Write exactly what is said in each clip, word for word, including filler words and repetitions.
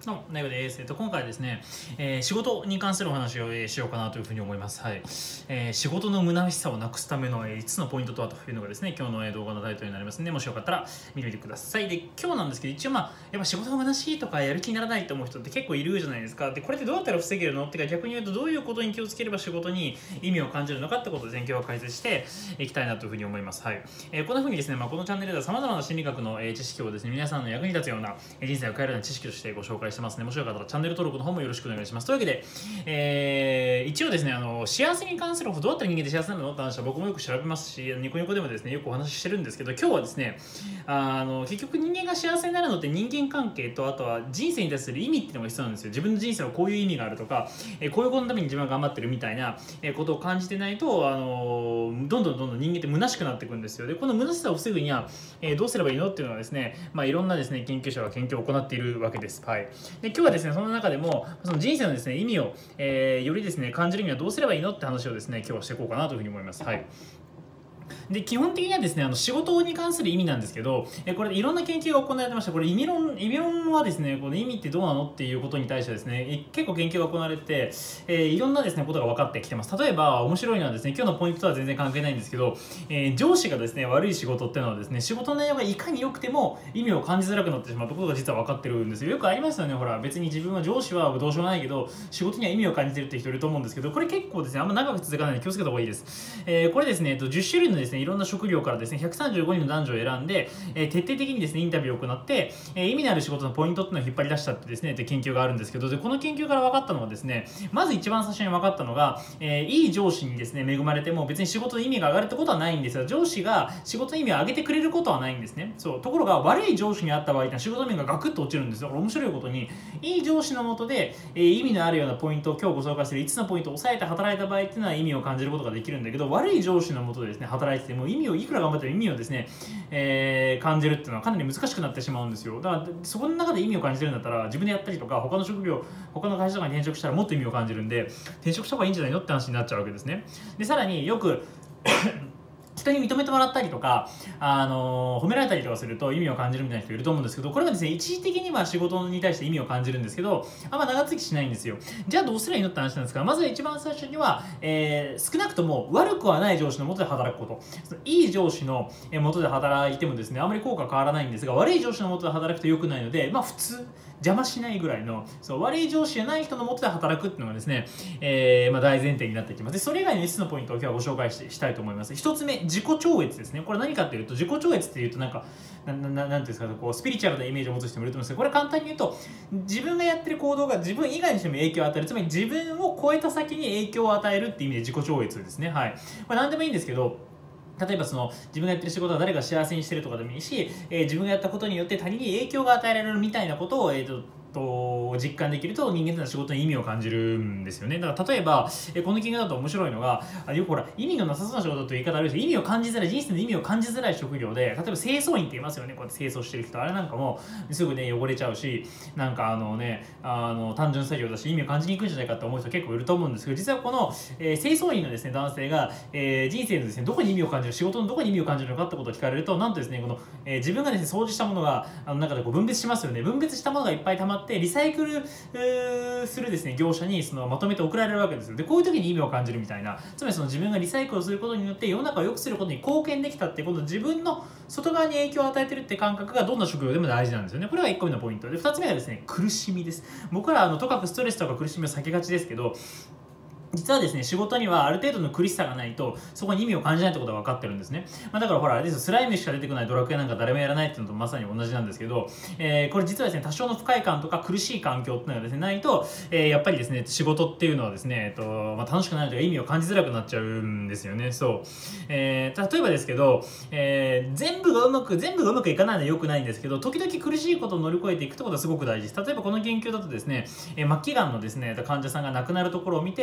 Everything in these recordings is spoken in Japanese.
どうも、なよです。えっと、今回はですね、えー仕事に関するお話を、えーしようかなというふうに思います。はい。えー仕事の虚しさをなくすための、えーいつつのポイントとはというのがですね、今日の、えー動画のタイトルになりますので、もしよかったら見てみてください。で、今日なんですけど、一応まあ、やっぱ仕事が虚しいとかやる気にならないと思う人って結構いるじゃないですか。で、これってどうやったら防げるのってか、逆に言うとどういうことに気をつければ仕事に意味を感じるのかってことを今日は解説していきたいなというふうに思います。はい。えーこんなふうにですね、まあ、このチャンネルでは様々な心理学の、えー知識をですね、皆さんの役に立つような、えー人生を変えるような知識としてご紹介してますね。もしよかったらチャンネル登録の方もよろしくお願いします。というわけで、えー一応ですね、あの幸せに関するどうやったら人間って幸せなのって話は僕もよく調べますし、ニコニコでもですね、よくお話ししてるんですけど、今日はですね、あの結局人間が幸せになるのって人間関係と、あとは人生に対する意味っていうのが必要なんですよ。自分の人生はこういう意味があるとか、えーこういうことのために自分は頑張ってるみたいなえーことを感じてないと、あのどんどんどんどん人間って虚しくなっていくんですよ。で、この虚しさを防ぐには、えーどうすればいいのっていうのはですね、まあ、いろんなですね研究者が研究を行っているわけです。はい。で、今日はですね、その中でもその人生のですね意味を、えーよりですね感じるにはどうすればいいのって話をですね今日はしていこうかなというふうに思います。はい。で、基本的にはですね、あの仕事に関する意味なんですけど、えこれいろんな研究が行われてました。これ意味論、意味論はですね、この意味ってどうなのっていうことに対してですね、い結構研究が行われて、えーいろんなですね、ことが分かってきてます。例えば、面白いのはですね、今日のポイントとは全然関係ないんですけど、えー上司がですね、悪い仕事っていうのはですね、仕事の内容がいかに良くても意味を感じづらくなってしまうことが実は分かってるんですよ。よくありますよね、ほら、別に自分は上司はどうしようもないけど、仕事には意味を感じてるって人いると思うんですけど、これ結構ですね、あんま長く続かないので気をつけた方がいいです。えーこれですね、えっとじゅっ種類のですね、いろんな職業からですね、ひゃくさんじゅうごにんの男女を選んで、えー徹底的にですね、インタビューを行って、えー意味のある仕事のポイントっていうのを引っ張り出したってですね、で研究があるんですけど、でこの研究から分かったのはですね、まず一番最初に分かったのが、えーいい上司にですね、恵まれても別に仕事の意味が上がるってことはないんですよ。上司が仕事の意味を上げてくれることはないんですね。そう。ところが悪い上司にあった場合って仕事の意味がガクッと落ちるんですよ。これ面白いことに、いい上司のもとで、えー意味のあるようなポイントを今日ご紹介するいつつのポイントを押さえて働いた場合っていうのは意味を感じることができるんだけど、悪い上司のもとでですね、働いてても意味をいくら頑張っても意味をですね、えー感じるっていうのはかなり難しくなってしまうんですよ。だからそこの中で意味を感じてるんだったら自分でやったりとか他の職業他の会社とかに転職したらもっと意味を感じるんで、転職した方がいいんじゃないのって話になっちゃうわけですね。でさらによく人に認めてもらったりとか、あのー褒められたりとかすると意味を感じるみたいな人いると思うんですけど、これはですね、一時的には仕事に対して意味を感じるんですけど、あんま長続きしないんですよ。じゃあどうすればいいのって話なんですが、まずは一番最初には、えー少なくとも悪くはない上司の下で働くこと。いい上司の下で働いてもですね、あまり効果変わらないんですが、悪い上司の下で働くと良くないので、まあ普通、邪魔しないぐらいの、そう悪い上司じゃない人の下で働くっていうのがですね、えーまあ、大前提になってきます。でそれ以外のいつつのポイントを今日はご紹介ししたいと思います。ひとつめ、自己超越ですね。これ何かっていうと、自己超越っていうとなんか、ななななんていうんですか、こうスピリチュアルなイメージを持つ人もいると思うんですけど、これ簡単に言うと、自分がやってる行動が自分以外の人にも影響を与える、つまり自分を超えた先に影響を与えるっていう意味で自己超越ですね。はい。これ何でもいいんですけど、例えばその自分がやってる仕事が誰が幸せにしてるとかでもいいし、えー自分がやったことによって他人に影響が与えられるみたいなことを、えーとと実感できると人間というのは仕事に意味を感じるんですよね。だから例えば、えこの研究だと面白いのが、あよくほら意味のなさそうな仕事という言い方あるんですけど、意味を感じづらい、人生の意味を感じづらい職業で、例えば清掃員って言いますよね。こうやって清掃してる人、あれなんかもすぐね汚れちゃうし、なんかあのねあの単純作業だし意味を感じにくいんじゃないかと思う人結構いると思うんですけど、実はこの、えー清掃員のですね男性が、えー人生のですねどこに意味を感じる、仕事のどこに意味を感じるのかってことを聞かれると、なんとですねこの、えー自分がですね掃除したものがあの中でこう分別しますよね。分別したものがいっぱい溜まってリサイクルするですね業者にそのまとめて送られるわけですよ。でこういう時に意味を感じるみたいな、つまりその自分がリサイクルをすることによって世の中を良くすることに貢献できたっていう、この自分の外側に影響を与えてるって感覚がどんな職業でも大事なんですよね。これがいっこめのポイントで、ふたつめがですね苦しみです。僕らあのとかくストレスとか苦しみを避けがちですけど、実はですね、仕事にはある程度の苦しさがないと、そこに意味を感じないってことが分かってるんですね。まあ、だからほら、あれですよ、スライムしか出てこないドラクエなんか誰もやらないっていうのとまさに同じなんですけど、えー、これ実はですね、多少の不快感とか苦しい環境っていうのがですね、ないと、えー、やっぱりですね、仕事っていうのはですね、えっと、まあ、楽しくないというか意味を感じづらくなっちゃうんですよね。そう。えー、例えばですけど、えー、全部がうまく、全部がうまくいかないのは良くないんですけど、時々苦しいことを乗り越えていくってことはすごく大事です。例えばこの研究だとですね、えー、末期がんのですね、患者さんが亡くなるところを見て、まあ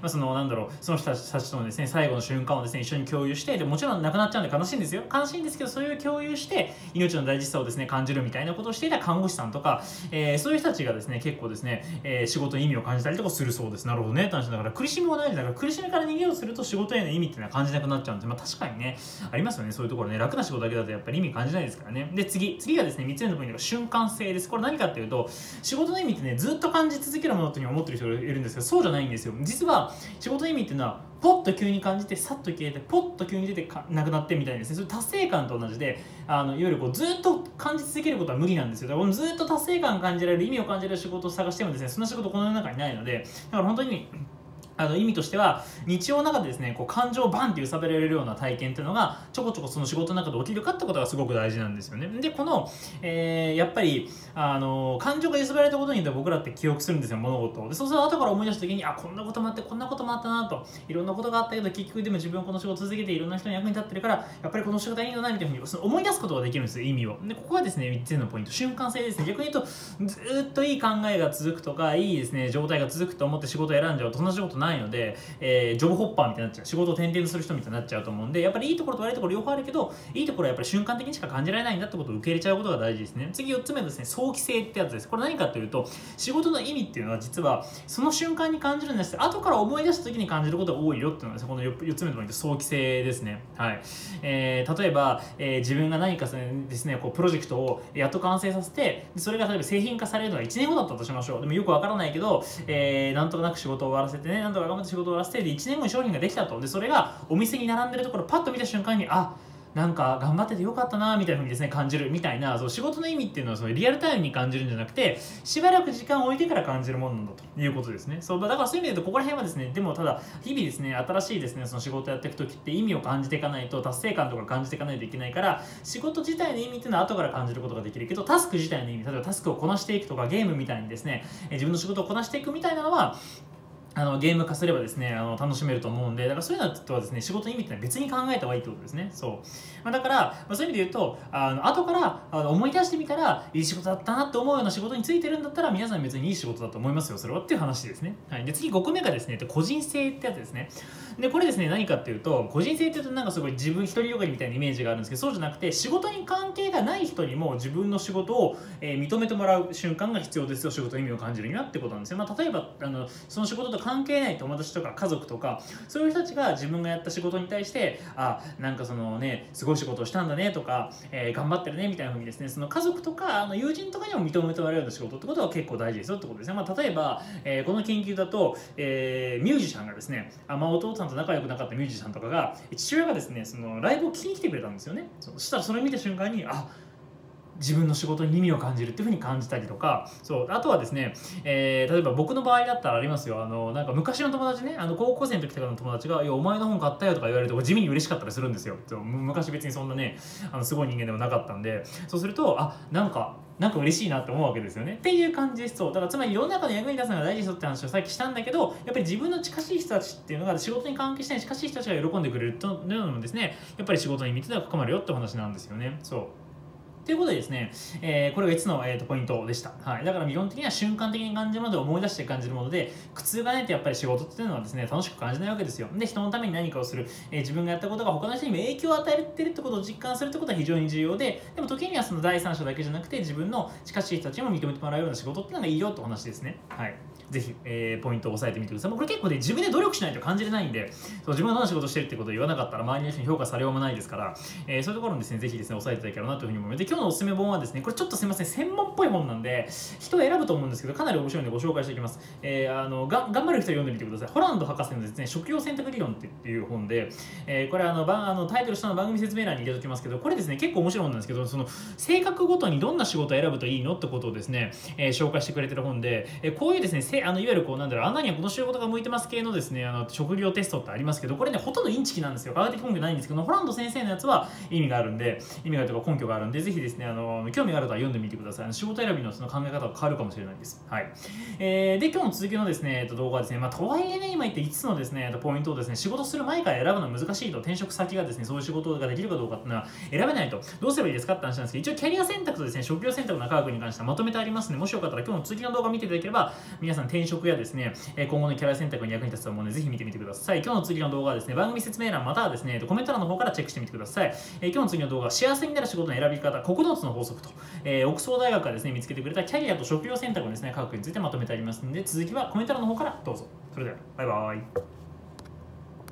あ、そのなんだろうその人たちとのですね最後の瞬間をですね一緒に共有して、でもちろん亡くなっちゃうんで悲しいんですよ、悲しいんですけど、それを共有して命の大事さをですね感じるみたいなことをしていた看護師さんとか、えー、そういう人たちがですね結構ですね、えー、仕事に意味を感じたりとかするそうです。なるほどねって話だから、苦しみも大事だから、苦しみから逃げようとすると仕事への意味っていうのは感じなくなっちゃうんです。まあ確かにねありますよね、そういうところね。楽な仕事だけだとやっぱり意味感じないですからね。で次次がですねみっつめのポイントが瞬間性です。これ何かっていうと、仕事の意味ってねずっと感じ続けるものというふうに思ってる人がいるんですけど、そうじゃないんですよ。実は仕事の意味っていうのはポッと急に感じてさっと消えてポッと急に出てかなくなってみたいですね。それ達成感と同じで、あのいわゆるこうずっと感じ続けることは無理なんですよ。だからずっと達成感感じられる、意味を感じられる仕事を探してもですね、そんな仕事この世の中にないので、だから本当にあの意味としては日常の中でですねこう感情をバンって揺さぶられるような体験っていうのがちょこちょこその仕事の中で起きるかってことがすごく大事なんですよね。でこの、えー、やっぱりあの感情が揺さぶられたことによって僕らって記憶するんですよ、物事を。でそうすると後から思い出した時に、あこんなこともあってこんなこともあったなと、いろんなことがあったけど結局でも自分はこの仕事を続けていろんな人に役に立ってるから、やっぱりこの仕事はいいんだなみたいなふうにその思い出すことができるんですよ、意味を。でここがですねみっつめのポイント、瞬間性ですね。逆に言うとずっといい考えが続くとかいいですね状態が続くと思って仕事を選んじゃうとそんな仕事ないので、えーえー、ジョブホッパーみたいになっちゃう、仕事を転々とする人みたいになっちゃうと思うんで、やっぱりいいところと悪いところ両方あるけど、いいところはやっぱり瞬間的にしか感じられないんだってことを受け入れちゃうことが大事ですね。次よっつめのですね早期性ってやつです。これ何かというと、仕事の意味っていうのは実はその瞬間に感じるんですけど、後から思い出した時に感じることが多いよっていうのがですね、このよっつめのポイント、早期性ですね。はい。えー、例えば、えー、自分が何かですねこうプロジェクトをやっと完成させて、それが例えば製品化されるのがいちねんごだったとしましょう。でもよくわからないけど、えー、なんとなく仕事を終わらせてね、なんとか頑張って仕事を終わらせて、でいちねんごに商品ができたと。でそれがお店に並んでるところをパッと見た瞬間に、あなんか頑張っててよかったなみたいな風にですね感じるみたいな、そう仕事の意味っていうのはそのリアルタイムに感じるんじゃなくて、しばらく時間を置いてから感じるものなんだということですね。そうだからそういう意味で言うとここら辺はですね、でもただ日々ですね新しいですねその仕事をやっていく時って意味を感じていかないと、達成感とか感じていかないといけないから、仕事自体の意味っていうのは後から感じることができるけど、タスク自体の意味、例えばタスクをこなしていくとかゲームみたいにですね自分の仕事をこなしていくみたいなのはあのゲーム化すればですねあの楽しめると思うんで、だからそういうのとはですね仕事の意味ってのは別に考えた方がいいってことですね。そう、まあ、だから、まあ、そういう意味で言うとあの後からあの思い出してみたらいい仕事だったなって思うような仕事についてるんだったら、皆さん別にいい仕事だと思いますよそれはっていう話ですね。はい、で次ごこめがですね個人性ってやつですね。でこれですね何かっていうと、個人性っていうとなんかすごい自分一人よがりみたいなイメージがあるんですけど、そうじゃなくて仕事に関係がない人にも自分の仕事を、えー、認めてもらう瞬間が必要ですよ、仕事の意味を感じるにはってことなんですよ。まあ、例えばあのその仕事と関係ない友達とか家族とかそういう人たちが自分がやった仕事に対して、あなんかそのねすごい仕事をしたんだねとか、えー、頑張ってるねみたいな風にですね、その家族とかあの友人とかにも認めてもらえるような仕事ってことは結構大事ですよってことですね。まあ、例えば、えー、この研究だと、えー、ミュージシャンがですねあ、まあ、お父さんと仲良くなかったミュージシャンとかが父親がですねそのライブを聴きに来てくれたんですよね。そしたらそれを見た瞬間に、あ自分の仕事に意味を感じるっていう風に感じたりとか、そうあとはですね、えー、例えば僕の場合だったらありますよ、あのなんか昔の友達ね、あの高校生の時とかの友達が「いやお前の本買ったよ」とか言われると地味に嬉しかったりするんですよ。そう昔別にそんなねあのすごい人間でもなかったんで、そうするとあなんかなんか嬉しいなって思うわけですよねっていう感じです。そうだからつまり世の中の役に立つのが大事ですよって話をさっきしたんだけど、やっぱり自分の近しい人たちっていうのが仕事に関係してない近しい人たちが喜んでくれるというのもですね、やっぱり仕事の意味っていうのは深まるよって話なんですよね。そうということでですね、えー、これがいつつの、えー、とポイントでした。はい、だから基本的には瞬間的に感じるもので思い出して感じるもので、苦痛がないとやっぱり仕事っていうのはですね楽しく感じないわけですよ。で人のために何かをする、えー、自分がやったことが他の人にも影響を与えてるってことを実感するってことは非常に重要で、でも時にはその第三者だけじゃなくて自分の近しい人たちにも認めてもらうような仕事っていうのがいいよってお話ですね。はい。ぜひ、えー、ポイントを押さえてみてください。もうこれ結構ね、自分で努力しないと感じれないんで、そう自分がどんな仕事してるってことを言わなかったら、周りの人に評価されようもないですから、えー、そういうところにですね、ぜひですね、押さえていただければなというふうに思います。で、今日のおすすめ本はですね、これちょっとすみません、専門っぽい本なんで、人を選ぶと思うんですけど、かなり面白いのでご紹介していきます。えー、あのが頑張る人を読んでみてください。ホランド博士のですね、職業選択理論っていう本で、えー、これあの番あのタイトル下の番組説明欄に入れておきますけど、これですね、結構面白い本なんですけど、その性格ごとにどんな仕事を選ぶといいのってことをですね、えー、紹介してくれてる本で、えー、こういうですね、せあのいわゆるこうなんだろう、あなたにはこの仕事が向いてます系のですね、あの職業テストってありますけど、これね、ほとんどインチキなんですよ。科学的根拠ないんですけど、ホランド先生のやつは意味があるんで、意味があるというか根拠があるんで、ぜひですねですね、あの興味がある方は読んでみてください。仕事選びのその考え方が変わるかもしれないです。はい。えー、で、今日の続きのですね、えっと、動画はですね、まあ、とはいえね、今言ったいつつのですね、ポイントをですね、仕事する前から選ぶのは難しいと、転職先がですね、そういう仕事ができるかどうかっていうのは選べないと、どうすればいいですかって話なんですけど、一応キャリア選択とですね、職業選択の中枠に関してはまとめてありますので、もしよかったら今日の続きの動画を見ていただければ、皆さん転職やですね、今後のキャリア選択に役に立つと思うので、ぜひ見てみてください。今日の続きの動画はですね、番組説明欄またはですね、コメント欄の方からチェックしてみてください。えー、今日の次の動画は幸せになる仕事の選び方、ここのつの法則と、えー、オックスフォード大学がですね、見つけてくれたキャリアと職業選択のですね、科学についてまとめてありますので、続きはコメント欄の方からどうぞ。それでは、バイバーイ。